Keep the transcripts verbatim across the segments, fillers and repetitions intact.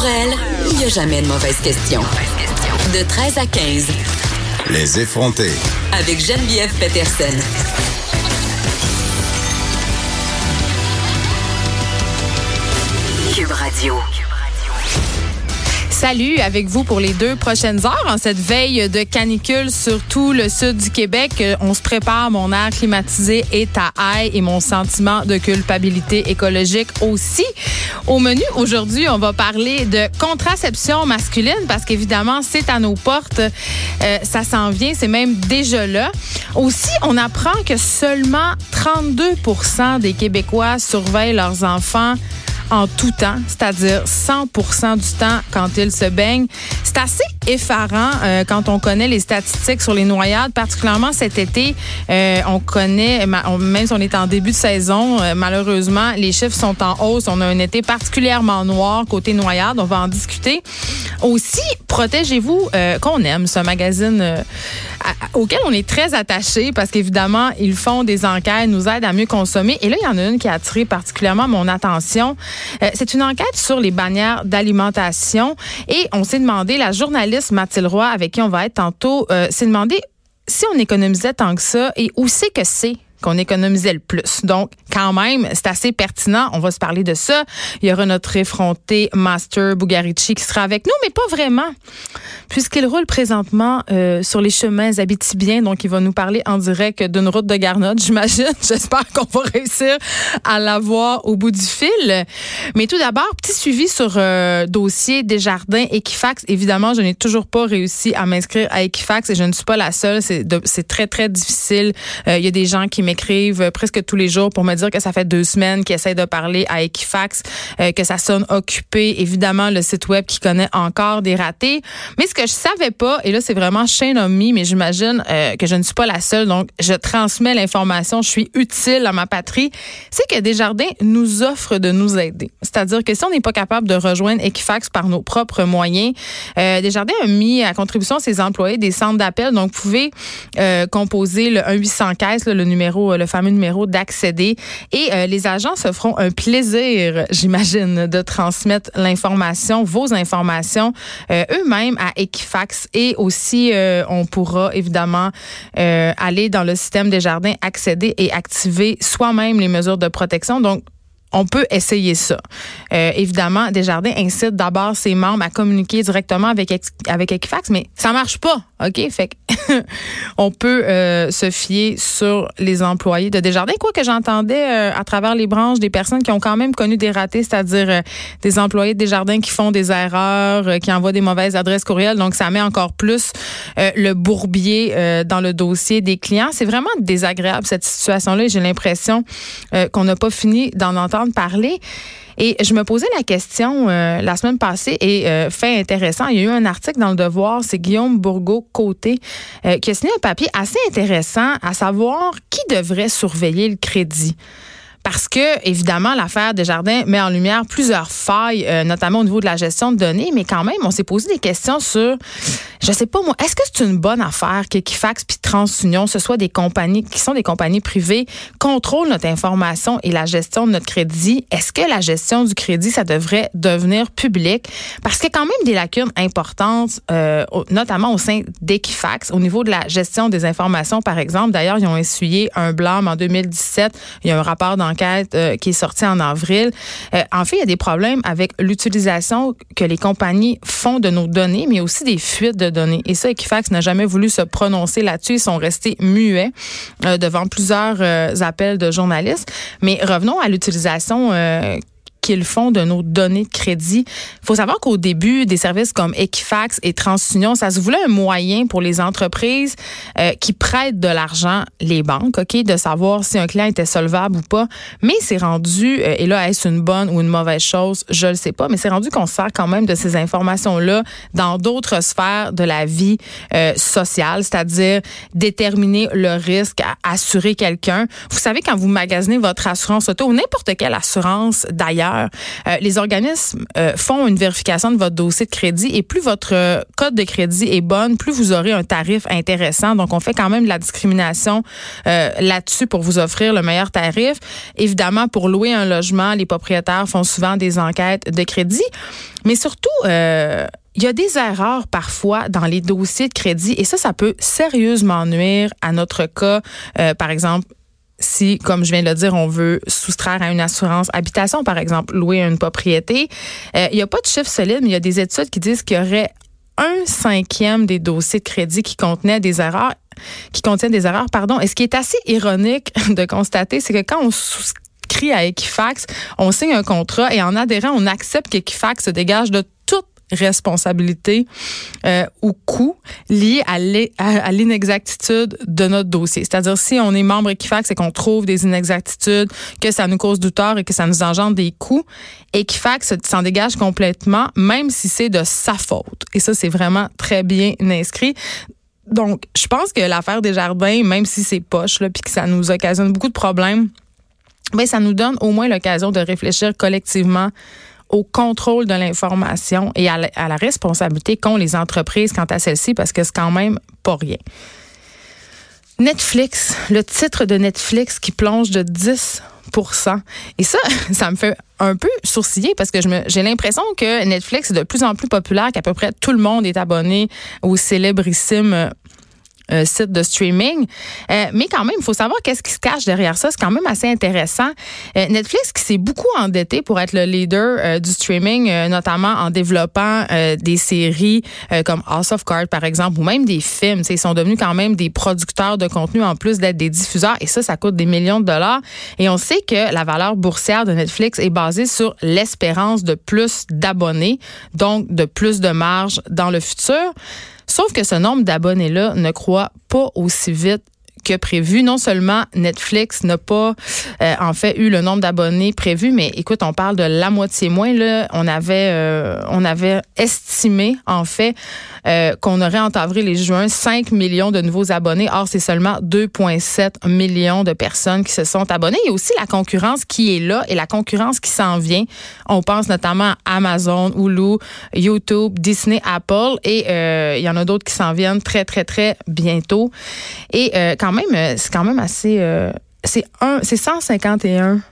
Pour elle, il n'y a jamais de mauvaise question. De treize à quinze. Les effrontés. Avec Geneviève Peterson. Cube Radio. Salut, avec vous pour les deux prochaines heures en cette veille de canicule sur tout le sud du Québec. On se prépare, mon air climatisé est à high et mon sentiment de culpabilité écologique aussi. Au menu aujourd'hui, on va parler de contraception masculine parce qu'évidemment, c'est à nos portes. Euh, ça s'en vient, c'est même déjà là. Aussi, on apprend que seulement trente-deux pour cent des Québécois surveillent leurs enfants en tout temps, c'est-à-dire cent pour cent du temps quand ils se baignent. C'est assez effarant euh, quand on connaît les statistiques sur les noyades, particulièrement cet été. Euh, on connaît, même si on est en début de saison, euh, malheureusement, les chiffres sont en hausse. On a un été particulièrement noir côté noyade. On va en discuter. Aussi, Protégez-vous, euh, qu'on aime, ce magazine euh, à, auquel on est très attaché parce qu'évidemment, ils font des enquêtes, nous aident à mieux consommer. Et là, il y en a une qui a attiré particulièrement mon attention. Euh, c'est une enquête sur les bannières d'alimentation et on s'est demandé, la journaliste Mathilde Roy, avec qui on va être tantôt, euh, s'est demandé si on économisait tant que ça et où c'est que c'est qu'on économisait le plus. Donc, quand même, c'est assez pertinent. On va se parler de ça. Il y aura notre effronté Master Bugarici qui sera avec nous, mais pas vraiment, puisqu'il roule présentement euh, sur les chemins abitibiens. Donc, il va nous parler en direct d'une route de Garnotte, j'imagine. J'espère qu'on va réussir à l'avoir au bout du fil. Mais tout d'abord, petit suivi sur euh, dossier Desjardins Equifax. Évidemment, je n'ai toujours pas réussi à m'inscrire à Equifax et je ne suis pas la seule. C'est, de, c'est très, très difficile. Euh, il y a des gens qui m'écrivent presque tous les jours pour me dire que ça fait deux semaines qu'ils essayent de parler à Equifax, euh, que ça sonne occupé. Évidemment, le site web qui connaît encore des ratés. Mais ce que je savais pas, et là, c'est vraiment shame on me, mais j'imagine euh, que je ne suis pas la seule, donc je transmets l'information, je suis utile à ma patrie, c'est que Desjardins nous offre de nous aider. C'est-à-dire que si on n'est pas capable de rejoindre Equifax par nos propres moyens, euh, Desjardins a mis à contribution ses employés des centres d'appel, donc vous pouvez euh, composer le un huit cents caisse, là, le numéro le fameux numéro d'accéder. Et euh, les agents se feront un plaisir, j'imagine, de transmettre l'information, vos informations, euh, eux-mêmes à Equifax. Et aussi, euh, on pourra évidemment euh, aller dans le système Desjardins, accéder et activer soi-même les mesures de protection. Donc, on peut essayer ça. Euh, évidemment, Desjardins incite d'abord ses membres à communiquer directement avec avec Equifax, mais ça marche pas, OK? Fait que on peut euh, se fier sur les employés de Desjardins. Quoi que j'entendais euh, à travers les branches des personnes qui ont quand même connu des ratés, c'est-à-dire euh, des employés de Desjardins qui font des erreurs, euh, qui envoient des mauvaises adresses courriel. Donc, ça met encore plus euh, le bourbier euh, dans le dossier des clients. C'est vraiment désagréable, cette situation-là. Et j'ai l'impression euh, qu'on n'a pas fini d'en entendre parler. Et je me posais la question euh, la semaine passée et euh, fait intéressant, il y a eu un article dans Le Devoir, c'est Guillaume Bourgault-Côté euh, qui a signé un papier assez intéressant à savoir qui devrait surveiller le crédit. Parce que, évidemment, l'affaire Desjardins met en lumière plusieurs failles, euh, notamment au niveau de la gestion de données, mais quand même, on s'est posé des questions sur, je sais pas moi, est-ce que c'est une bonne affaire qu'Equifax puis TransUnion, ce soit des compagnies qui sont des compagnies privées, contrôlent notre information et la gestion de notre crédit? Est-ce que la gestion du crédit, ça devrait devenir public? Parce qu'il y a quand même des lacunes importantes, euh, notamment au sein d'Equifax, au niveau de la gestion des informations, par exemple. D'ailleurs, ils ont essuyé un blâme en deux mille dix-sept. Il y a un rapport dans enquête euh, qui est sortie en avril. Euh, en fait, il y a des problèmes avec l'utilisation que les compagnies font de nos données, mais aussi des fuites de données. Et ça, Equifax n'a jamais voulu se prononcer là-dessus. Ils sont restés muets euh, devant plusieurs euh, appels de journalistes. Mais revenons à l'utilisation euh, qu'ils font de nos données de crédit. Il faut savoir qu'au début, des services comme Equifax et TransUnion, ça se voulait un moyen pour les entreprises euh, qui prêtent de l'argent, les banques, OK, de savoir si un client était solvable ou pas. Mais c'est rendu, euh, et là, est-ce une bonne ou une mauvaise chose? Je le sais pas, mais c'est rendu qu'on se sert quand même de ces informations-là dans d'autres sphères de la vie euh, sociale, c'est-à-dire déterminer le risque, à assurer quelqu'un. Vous savez, quand vous magasinez votre assurance auto ou n'importe quelle assurance d'ailleurs, ailleurs. Euh, les organismes euh, font une vérification de votre dossier de crédit et plus votre euh, code de crédit est bonne, plus vous aurez un tarif intéressant. Donc, on fait quand même de la discrimination euh, là-dessus pour vous offrir le meilleur tarif. Évidemment, pour louer un logement, les propriétaires font souvent des enquêtes de crédit. Mais surtout, euh, il y a des erreurs parfois dans les dossiers de crédit et ça, ça peut sérieusement nuire à notre cas. Euh, par exemple, si, comme je viens de le dire, on veut soustraire à une assurance habitation, par exemple, louer une propriété. Euh, il n'y a pas de chiffre solide, mais il y a des études qui disent qu'il y aurait un cinquième des dossiers de crédit qui contenaient des erreurs, qui contiennent des erreurs, pardon. Et ce qui est assez ironique de constater, c'est que quand on souscrit à Equifax, on signe un contrat et en adhérant, on accepte qu'Equifax se dégage de toute responsabilité euh, ou coût lié à, à, à l'inexactitude de notre dossier. C'est-à-dire, si on est membre Equifax et qu'on trouve des inexactitudes, que ça nous cause du tort et que ça nous engendre des coûts, Equifax s'en dégage complètement, même si c'est de sa faute. Et ça, c'est vraiment très bien inscrit. Donc, je pense que l'affaire Desjardins, même si c'est poche, là, puis que ça nous occasionne beaucoup de problèmes, ben, ça nous donne au moins l'occasion de réfléchir collectivement au contrôle de l'information et à la, à la responsabilité qu'ont les entreprises quant à celle-ci, parce que c'est quand même pas rien. Netflix, le titre de Netflix qui plonge de dix pour cent. Et ça, ça me fait un peu sourciller parce que je me, j'ai l'impression que Netflix est de plus en plus populaire, qu'à peu près tout le monde est abonné au célébrissime Euh, site de streaming. Euh, mais quand même, il faut savoir qu'est-ce qui se cache derrière ça. C'est quand même assez intéressant. Euh, Netflix qui s'est beaucoup endetté pour être le leader euh, du streaming, euh, notamment en développant euh, des séries euh, comme House of Cards, par exemple, ou même des films. T'sais, ils sont devenus quand même des producteurs de contenu en plus d'être des diffuseurs. Et ça, ça coûte des millions de dollars. Et on sait que la valeur boursière de Netflix est basée sur l'espérance de plus d'abonnés, donc de plus de marge dans le futur. Sauf que ce nombre d'abonnés-là ne croît pas aussi vite que prévu. Non seulement Netflix n'a pas euh, en fait eu le nombre d'abonnés prévu, mais écoute, on parle de la moitié moins. Là, on avait euh, on avait estimé en fait euh, qu'on aurait en avril et juin cinq millions de nouveaux abonnés. Or, c'est seulement deux virgule sept millions de personnes qui se sont abonnées. Il y a aussi la concurrence qui est là et la concurrence qui s'en vient. On pense notamment à Amazon, Hulu, YouTube, Disney, Apple et euh, il y en a d'autres qui s'en viennent très, très, très bientôt. Et euh, quand même, c'est quand même assez... Euh, c'est, un, c'est cent cinquante et un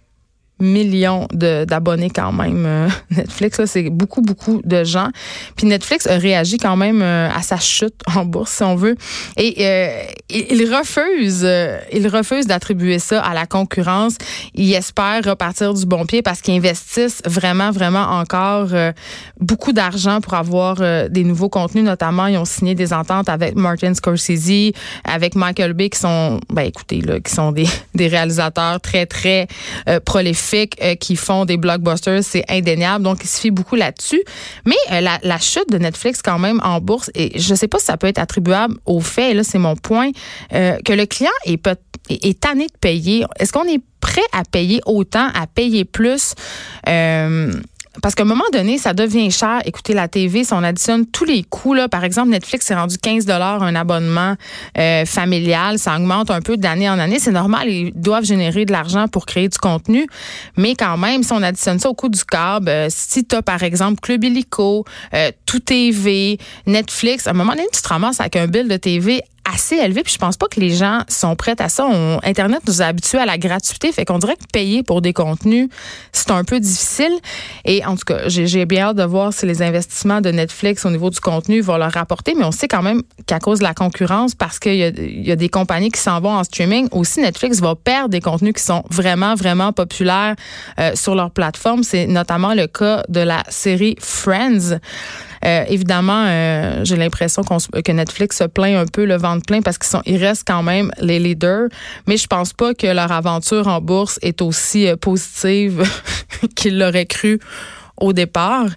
millions de, d'abonnés quand même. Euh, Netflix, là, c'est beaucoup, beaucoup de gens. Puis Netflix a réagi quand même euh, à sa chute en bourse, si on veut. Et euh, il refuse, euh, il refuse d'attribuer ça à la concurrence. Il espère repartir du bon pied parce qu'ils investissent vraiment, vraiment encore euh, beaucoup d'argent pour avoir euh, des nouveaux contenus. Notamment, ils ont signé des ententes avec Martin Scorsese, avec Michael Bay, qui sont, ben écoutez, là, qui sont des, des réalisateurs très, très euh, prolifiques, qui font des blockbusters, c'est indéniable. Donc, il se fie beaucoup là-dessus. Mais euh, la, la chute de Netflix quand même en bourse, et je ne sais pas si ça peut être attribuable au fait, et là, c'est mon point, euh, que le client est, peut, est, est tanné de payer. Est-ce qu'on est prêt à payer autant, à payer plus? Euh, Parce qu'à un moment donné, ça devient cher. Écoutez, la T V, si on additionne tous les coûts, là, par exemple, Netflix s'est rendu quinze dollars un abonnement euh, familial. Ça augmente un peu d'année en année. C'est normal, ils doivent générer de l'argent pour créer du contenu. Mais quand même, si on additionne ça au coût du câble, euh, si tu as, par exemple, Club Illico, euh, Tout T V, Netflix, à un moment donné, tu te ramasses avec un bill de T V assez élevé, puis je pense pas que les gens sont prêts à ça. On, Internet nous a habitués à la gratuité, fait qu'on dirait que payer pour des contenus, c'est un peu difficile. Et en tout cas, j'ai, j'ai bien hâte de voir si les investissements de Netflix au niveau du contenu vont leur rapporter, mais on sait quand même qu'à cause de la concurrence, parce qu'il y a, il y a des compagnies qui s'en vont en streaming, aussi Netflix va perdre des contenus qui sont vraiment, vraiment populaires euh, sur leur plateforme. C'est notamment le cas de la série Friends. Euh, évidemment, euh, j'ai l'impression qu'on, que Netflix se plaint un peu le ventre plein parce qu'ils sont, ils restent quand même les leaders, mais je pense pas que leur aventure en bourse est aussi euh, positive qu'ils l'auraient cru au départ.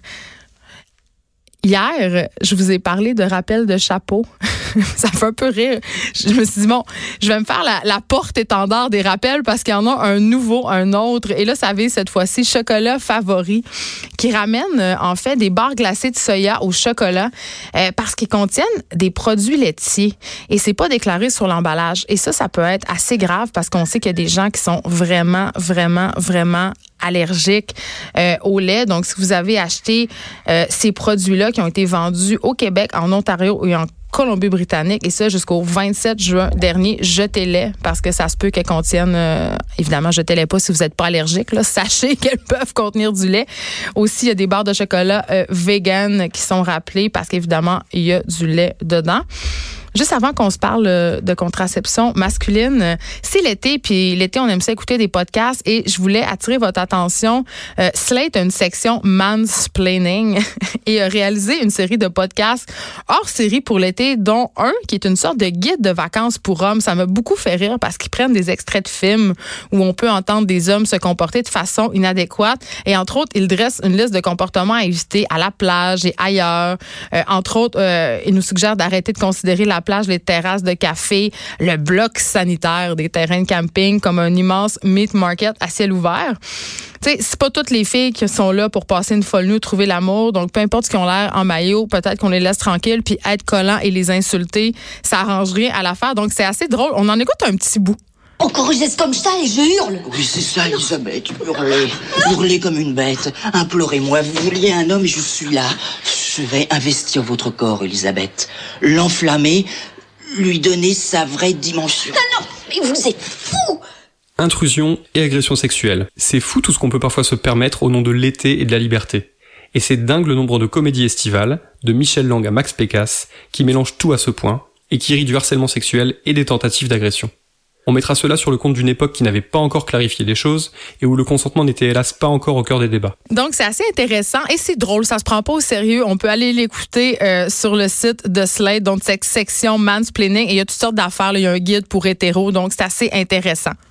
Hier, je vous ai parlé de rappel de chapeau. Ça me fait un peu rire. Je me suis dit, bon, je vais me faire la, la porte-étendard des rappels parce qu'il y en a un nouveau, un autre. Et là, ça va cette fois-ci Chocolat Favori qui ramène, euh, en fait, des barres glacées de soya au chocolat euh, parce qu'ils contiennent des produits laitiers. Et c'est pas déclaré sur l'emballage. Et ça, ça peut être assez grave parce qu'on sait qu'il y a des gens qui sont vraiment, vraiment, vraiment allergiques euh, au lait. Donc, si vous avez acheté euh, ces produits-là qui ont été vendus au Québec, en Ontario et en Colombie-Britannique, et ça jusqu'au vingt-sept juin dernier, jetez-les parce que ça se peut qu'elles contiennent, euh, évidemment, jetez-les pas si vous n'êtes pas allergique, là. Sachez qu'elles peuvent contenir du lait. Aussi, il y a des barres de chocolat euh, vegan qui sont rappelées parce qu'évidemment, il y a du lait dedans. Juste avant qu'on se parle de contraception masculine, c'est l'été, puis l'été, on aime ça écouter des podcasts et je voulais attirer votre attention. Euh, Slate a une section mansplaining et a réalisé une série de podcasts hors série pour l'été, dont un qui est une sorte de guide de vacances pour hommes. Ça m'a beaucoup fait rire parce qu'ils prennent des extraits de films où on peut entendre des hommes se comporter de façon inadéquate et entre autres, ils dressent une liste de comportements à éviter à la plage et ailleurs. Euh, entre autres, euh, ils nous suggèrent d'arrêter de considérer la plage, les terrasses de café, le bloc sanitaire des terrains de camping comme un immense meat market à ciel ouvert. Tu sais, c'est pas toutes les filles qui sont là pour passer une folle nuit, trouver l'amour. Donc, peu importe ce qu'ils ont l'air en maillot, peut-être qu'on les laisse tranquilles, puis être collant et les insulter, ça arrange rien à l'affaire. Donc, c'est assez drôle. On en écoute un petit bout. Encore un geste comme ça et je hurle. Oui, c'est ça, Elisabeth. Hurlez. Hurlez comme une bête. Implorez-moi. Vous vouliez un homme et je suis là. Je vais investir votre corps, Elisabeth. L'enflammer, lui donner sa vraie dimension. Non, non, mais vous êtes fous. Intrusion et agression sexuelle. C'est fou tout ce qu'on peut parfois se permettre au nom de l'été et de la liberté. Et c'est dingue le nombre de comédies estivales, de Michel Lang à Max Pécasse, qui mélangent tout à ce point et qui rient du harcèlement sexuel et des tentatives d'agression. On mettra cela sur le compte d'une époque qui n'avait pas encore clarifié les choses et où le consentement n'était hélas pas encore au cœur des débats. Donc, c'est assez intéressant et c'est drôle. Ça se prend pas au sérieux. On peut aller l'écouter euh, sur le site de Slate, donc cette section mansplaining. Et il y a toutes sortes d'affaires. Là. Il y a un guide pour hétéros, donc c'est assez intéressant.